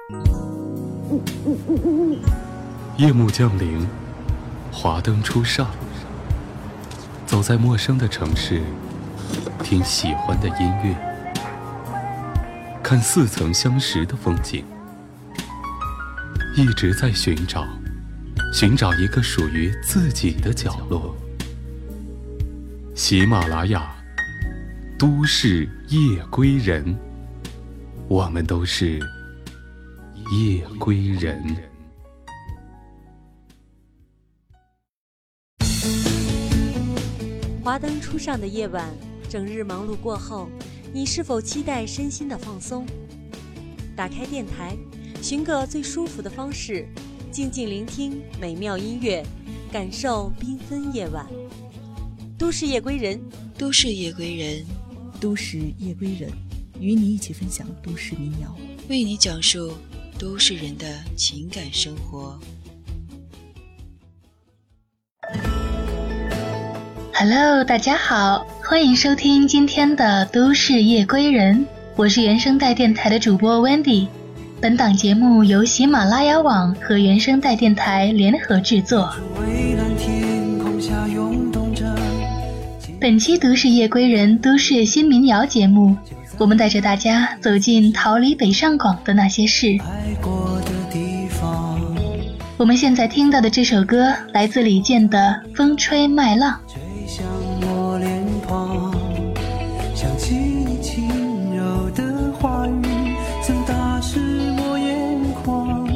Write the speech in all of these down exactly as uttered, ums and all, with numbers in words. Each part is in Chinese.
夜幕降临，华灯初上，走在陌生的城市，听喜欢的音乐，看似曾相识的风景，一直在寻找寻找一个属于自己的角落。喜马拉雅都市夜归人，我们都是夜归人。 华灯初上的夜晚，整日忙碌过后，你是否期待身心的放松？打开电台，寻个最舒服的方式，静静聆听美妙音乐，感受缤纷夜晚。都市夜归人， 都市夜归人， 都市夜归人，与你一起分享都市民谣， 为你讲述都市人的情感生活。 Hello， 大家好，欢迎收听今天的都市夜归人，我是原声带电台的主播 Wendy。 本档节目由喜马拉雅网和原声带电台联合制作。本期都市夜归人都市新民谣节目，我们带着大家走进逃离北上广的那些事。我们现在听到的这首歌来自李健的《风吹麦浪》。 想起你轻柔的话语，曾打湿我眼眶。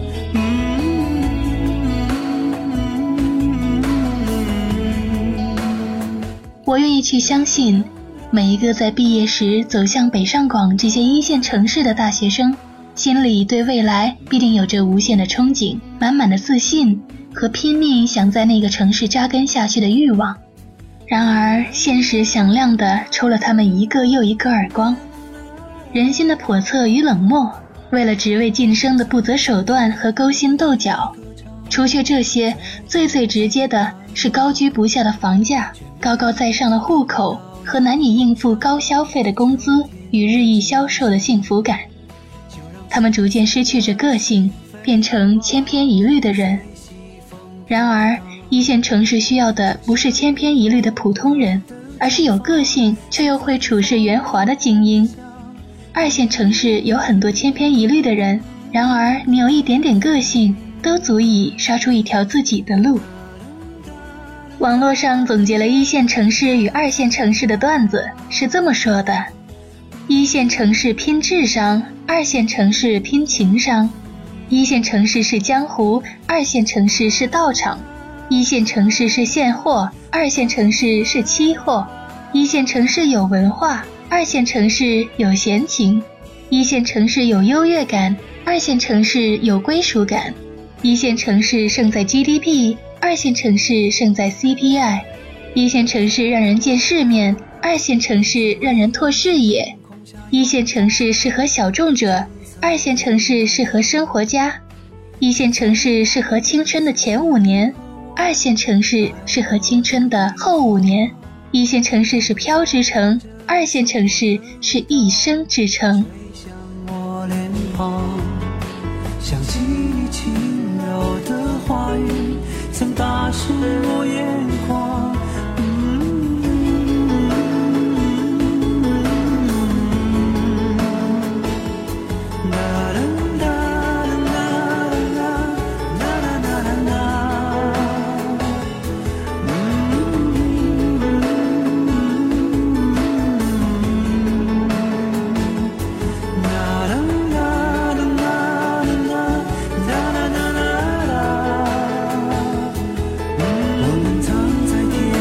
我愿意去相信，每一个在毕业时走向北上广这些一线城市的大学生，心里对未来必定有着无限的憧憬，满满的自信和拼命想在那个城市扎根下去的欲望。然而现实响亮地抽了他们一个又一个耳光，人心的叵测与冷漠，为了职位晋升的不择手段和勾心斗角。除却这些，最最直接的是高居不下的房价，高高在上的户口和难以应付高消费的工资与日益消瘦的幸福感。他们逐渐失去着个性，变成千篇一律的人。然而一线城市需要的不是千篇一律的普通人，而是有个性却又会处事圆滑的精英。二线城市有很多千篇一律的人，然而你有一点点个性，都足以杀出一条自己的路。网络上总结了一线城市与二线城市的段子，是这么说的：一线城市拼智商，二线城市拼情商；一线城市是江湖，二线城市是道场；一线城市是现货，二线城市是期货；一线城市有文化，二线城市有闲情；一线城市有优越感，二线城市有归属感；一线城市胜在 G D P， 二线城市胜在 C P I； 一线城市让人见世面，二线城市让人拓视野；一线城市适合小众者，二线城市适合生活家；一线城市适合青春的前五年，二线城市适合青春的后五年；一线城市是飘之城，二线城市是一生之城。 想起你轻柔的话语，曾打湿我眼眶。我们藏在天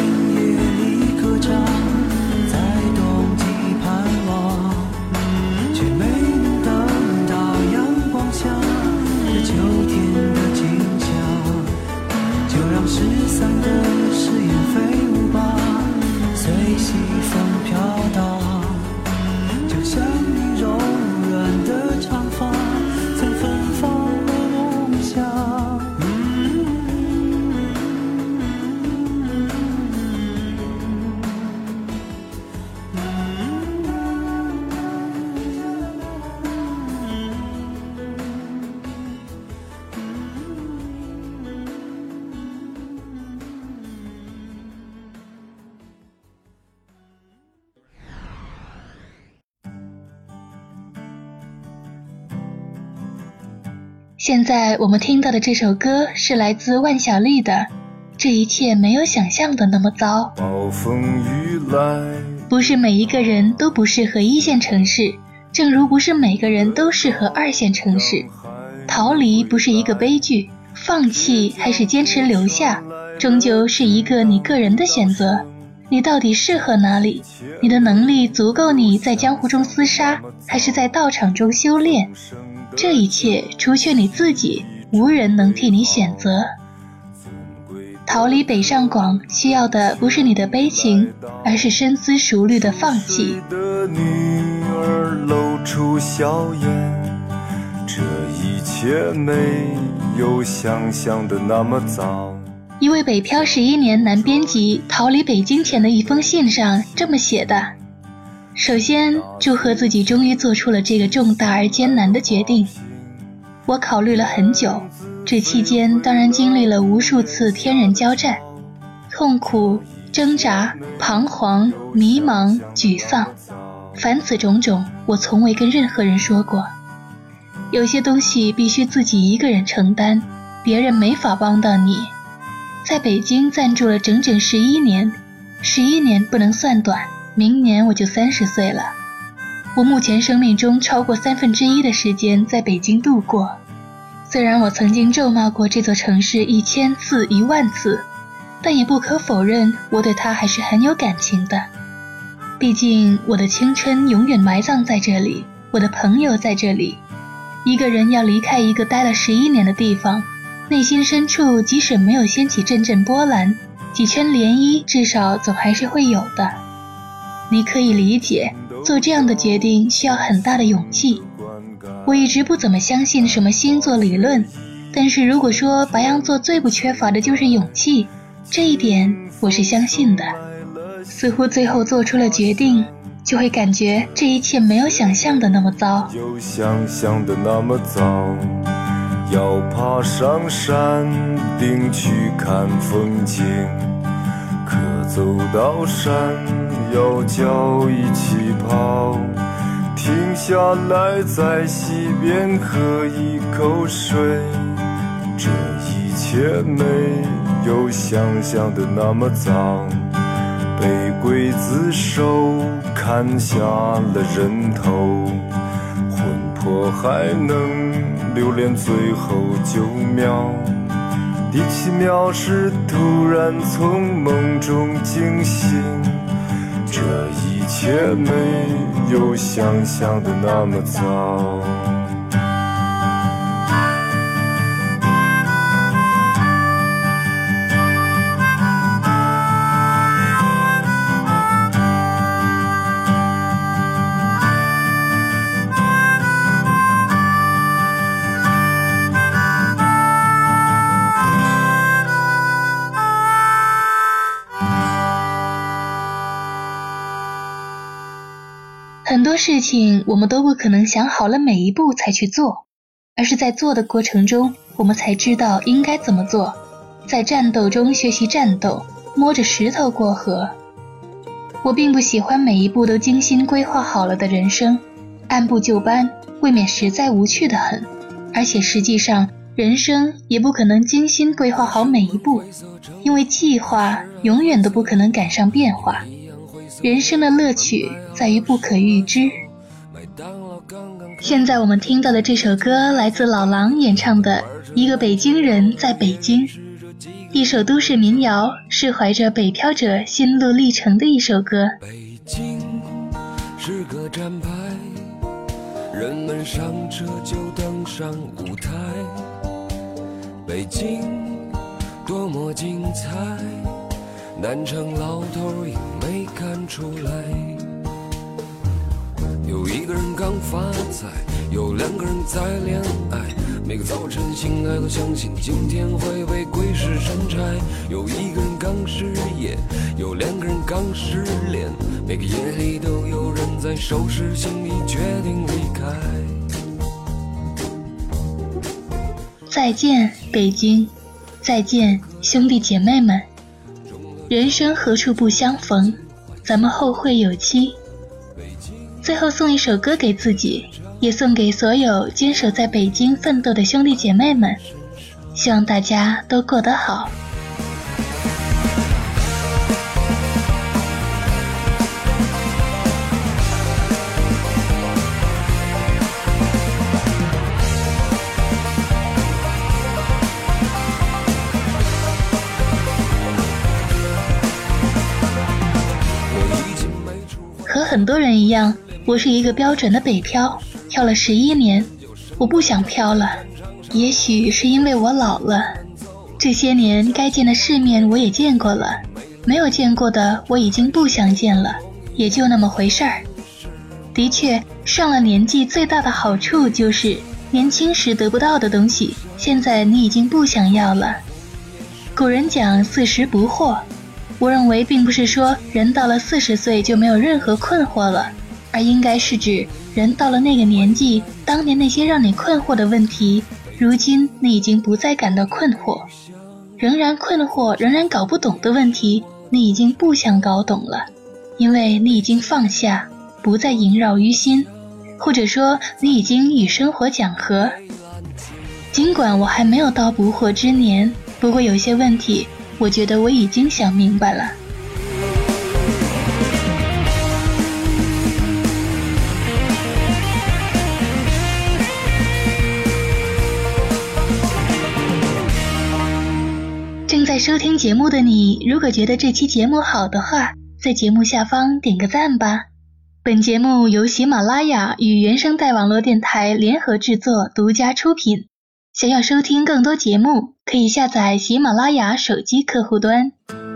现在我们听到的这首歌是来自万晓利的《这一切没有想象的那么糟》。 暴风雨来， 不是每一个人都不适合一线城市，正如不是每个人都适合二线城市。逃离不是一个悲剧，放弃还是坚持留下，终究是一个你个人的选择。你到底适合哪里？你的能力足够你在江湖中厮杀，还是在道场中修炼？这一切除却你自己，无人能替你选择。逃离北上广需要的不是你的悲情，而是深思熟虑的放弃。 的女儿露出笑颜，这一切没有想象的那么糟。 一位北漂十一年男编辑逃离北京前的一封信上这么写的：首先，祝贺自己终于做出了这个重大而艰难的决定。我考虑了很久，这期间当然经历了无数次天人交战，痛苦、挣扎、彷徨、迷茫、沮丧，凡此种种，我从未跟任何人说过。有些东西必须自己一个人承担，别人没法帮到你。在北京暂住了整整十一年，十一年不能算短，明年我就三十岁了。我目前生命中超过三分之一的时间在北京度过。虽然我曾经咒骂过这座城市一千次一万次，但也不可否认我对它还是很有感情的。毕竟我的青春永远埋葬在这里，我的朋友在这里。一个人要离开一个待了十一年的地方，内心深处即使没有掀起阵阵波澜，几圈涟漪至少总还是会有的。你可以理解，做这样的决定需要很大的勇气。我一直不怎么相信什么星座理论，但是如果说白羊座最不缺乏的就是勇气，这一点我是相信的。似乎最后做出了决定，就会感觉这一切没有想象的那么糟。 有想象的那么糟，要爬上山顶去看风景，可走到山要脚一起跑，停下来在溪边喝一口水，这一切没有想象的那么糟，被刽子手砍下了人头，魂魄还能留恋最后九秒，第七秒是突然从梦中惊醒，这一切没有想象的那么糟。 很多事情我们都不可能想好了每一步才去做，而是在做的过程中我们才知道应该怎么做，在战斗中学习战斗，摸着石头过河。我并不喜欢每一步都精心规划好了的人生，按部就班未免实在无趣得很，而且实际上人生也不可能精心规划好每一步，因为计划永远都不可能赶上变化。人生的乐趣在于不可预知。现在我们听到的这首歌来自老狼演唱的《一个北京人在北京》，一首都市民谣，是怀着北漂者心路历程的一首歌。 北京是个站牌，人们上车就登上舞台，北京多么精彩，南城老头也没看出来。有一个人刚发财，有两个人在恋爱，每个早晨醒来都相信今天会被鬼使神差。有一个人刚失业，有两个人刚失恋，每个夜里都有人在收拾行李决定离开。 再见北京，再见兄弟姐妹们，人生何处不相逢，咱们后会有期。最后送一首歌给自己， 也送给所有坚守在北京奋斗的兄弟姐妹们，希望大家都过得好。和很多人一样，我是一个标准的北漂，漂了十一年，我不想漂了。也许是因为我老了，这些年该见的世面我也见过了，没有见过的我已经不想见了，也就那么回事儿。的确，上了年纪最大的好处就是年轻时得不到的东西，现在你已经不想要了。古人讲四十不惑，我认为并不是说人到了四十岁就没有任何困惑了，而应该是指人到了那个年纪，当年那些让你困惑的问题，如今你已经不再感到困惑，仍然困惑仍然搞不懂的问题，你已经不想搞懂了，因为你已经放下，不再萦绕于心，或者说你已经与生活讲和。尽管我还没有到不惑之年，不过有些问题我觉得我已经想明白了。正在收听节目的你，如果觉得这期节目好的话，在节目下方点个赞吧。本节目由喜马拉雅与原声带网络电台联合制作，独家出品。想要收听更多节目，可以下载喜马拉雅手机客户端。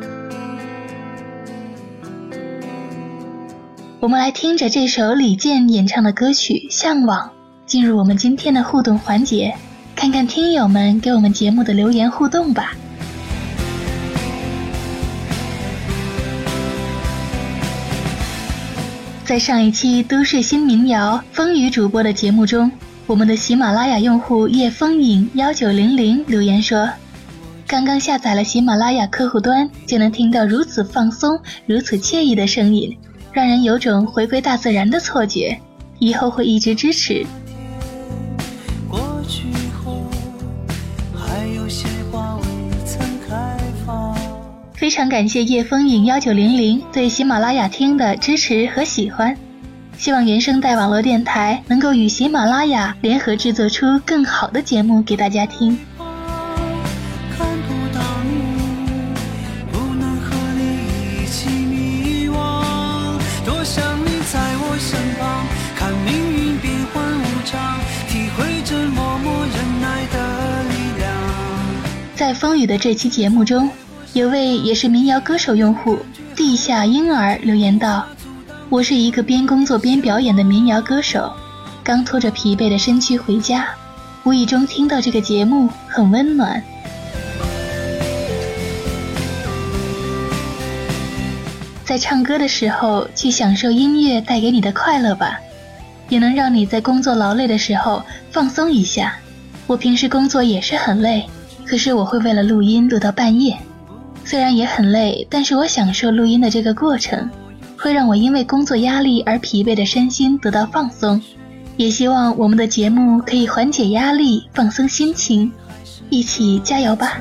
我们来听着这首李健演唱的歌曲《向往》，进入我们今天的互动环节，看看听友们给我们节目的留言互动吧。在上一期都市新民谣风雨主播的节目中，我们的喜马拉雅用户叶风影一九零零留言说，刚刚下载了喜马拉雅客户端，就能听到如此放松如此惬意的声音，让人有种回归大自然的错觉，以后会一直支持。过去后还有些话未曾开放。非常感谢叶风影一九零零对喜马拉雅听的支持和喜欢，希望原声带网络电台能够与喜马拉雅联合制作出更好的节目给大家听。看不到你，不能和你一起迷惘，多想你在我身旁，看命运变幻无常，体会着默默忍耐的力量。在风雨的这期节目中，有位也是民谣歌手用户地下婴儿留言道，我是一个边工作边表演的民谣歌手，刚拖着疲惫的身躯回家，无意中听到这个节目很温暖。在唱歌的时候去享受音乐带给你的快乐吧，也能让你在工作劳累的时候放松一下。我平时工作也是很累，可是我会为了录音录到半夜，虽然也很累，但是我享受录音的这个过程，会让我因为工作压力而疲惫的身心得到放松，也希望我们的节目可以缓解压力，放松心情，一起加油吧。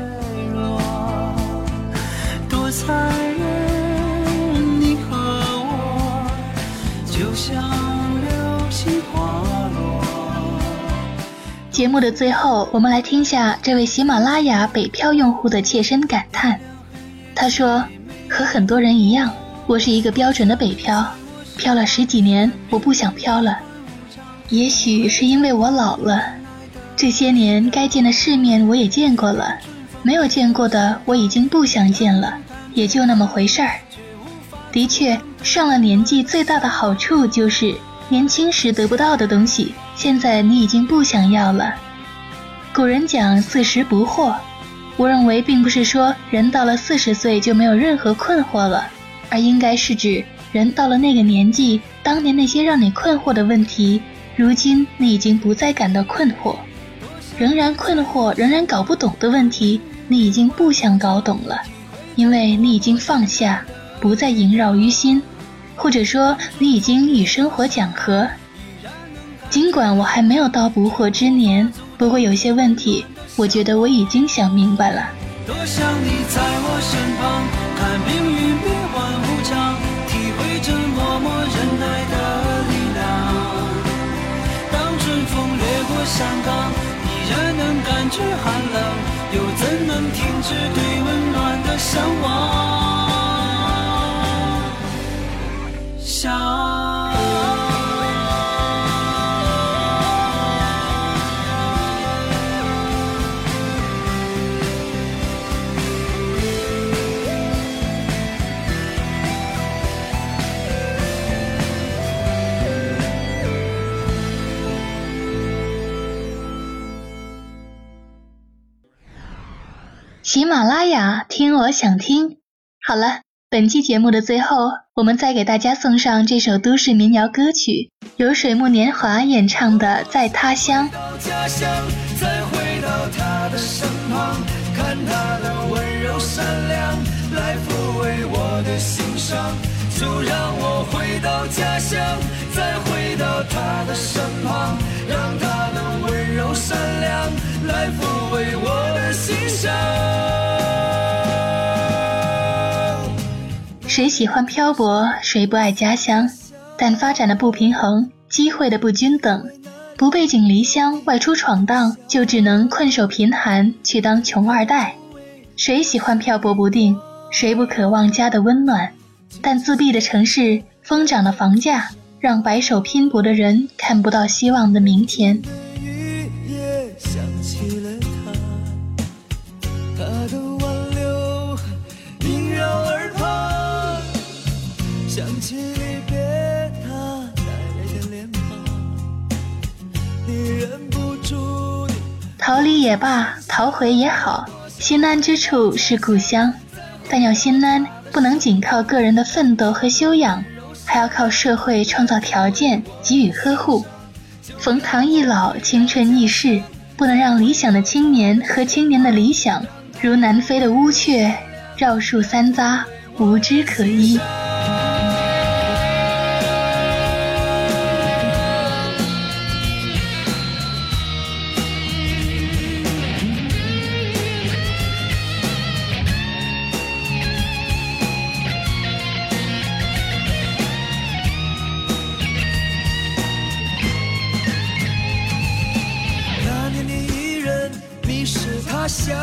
多残忍，你和我就像流星滑落。节目的最后，我们来听下这位喜马拉雅北漂用户的切身感叹。他说，和很多人一样，我是一个标准的北漂，漂了十几年，我不想漂了。也许是因为我老了，这些年该见的世面我也见过了，没有见过的我已经不想见了，也就那么回事儿。的确，上了年纪最大的好处就是年轻时得不到的东西，现在你已经不想要了。古人讲四十不惑，我认为并不是说人到了四十岁就没有任何困惑了，而应该是指人到了那个年纪，当年那些让你困惑的问题，如今你已经不再感到困惑，仍然困惑仍然搞不懂的问题，你已经不想搞懂了，因为你已经放下，不再萦绕于心，或者说你已经与生活讲和。 尽管我还没有到不惑之年，不过有些问题我觉得我已经想明白了。 多想你在我身旁，看命运变幻无常，体会着默默忍耐的力量。当春风掠过山岗，依然能感觉寒冷，又怎能停止对温暖的向往？想喜马拉雅听我想听。好了，本期节目的最后，我们再给大家送上这首都市民谣歌曲，由水木年华演唱的《在他乡》。 家乡再回到他的身旁，看他的温柔善良来抚慰我的心伤，就让我回到家乡，再回到他的身旁，让他的温柔善良来抚慰我的心伤。 谁喜欢漂泊，谁不爱家乡？但发展的不平衡，机会的不均等，不背井离乡外出闯荡，就只能困守贫寒，去当穷二代。谁喜欢漂泊不定，谁不渴望家的温暖？但自闭的城市，疯涨的房价，让白手拼搏的人看不到希望的明天。 雨也想起了他，他的挽留萦绕耳旁，想起离别他带来的脸庞，你忍不住地逃离也罢，逃回也好，心安之处是故乡。但要心安，不能仅靠个人的奋斗和修养，还要靠社会创造条件，给予呵护。冯唐易老，青春易逝，不能让理想的青年和青年的理想如南飞的乌鹊，绕树三匝，无枝可依。 他乡，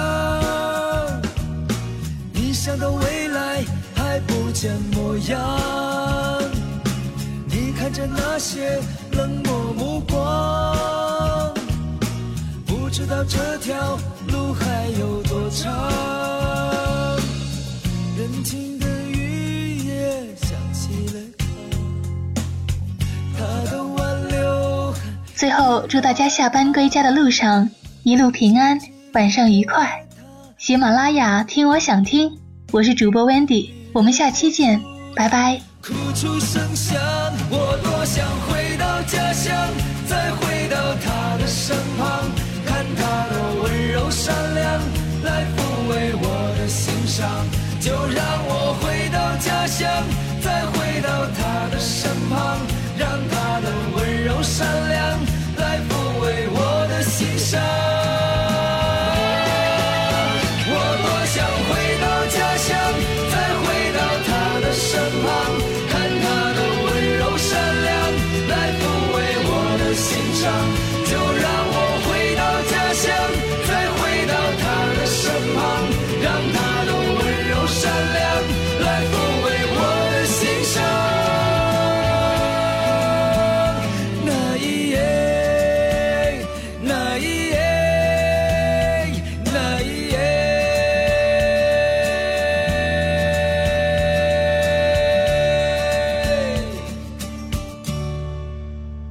你想到未来还不见模样，你看着那些冷漠目光，不知道这条路还有多长。任听的雨也想起了他，他的挽留。 最后祝大家下班归家的路上一路平安，晚上愉快。喜马拉雅听我想听，我是主播 Wendy， 我们下期见，拜拜。 哭出声响，我多想回到家乡，再回到他的身旁，看他的温柔善良来抚慰我的心伤，就让我回到家乡，再回到他的身旁，让他的温柔善良来抚慰我的心伤。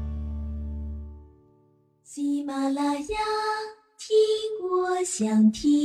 喜马拉雅，听我想听。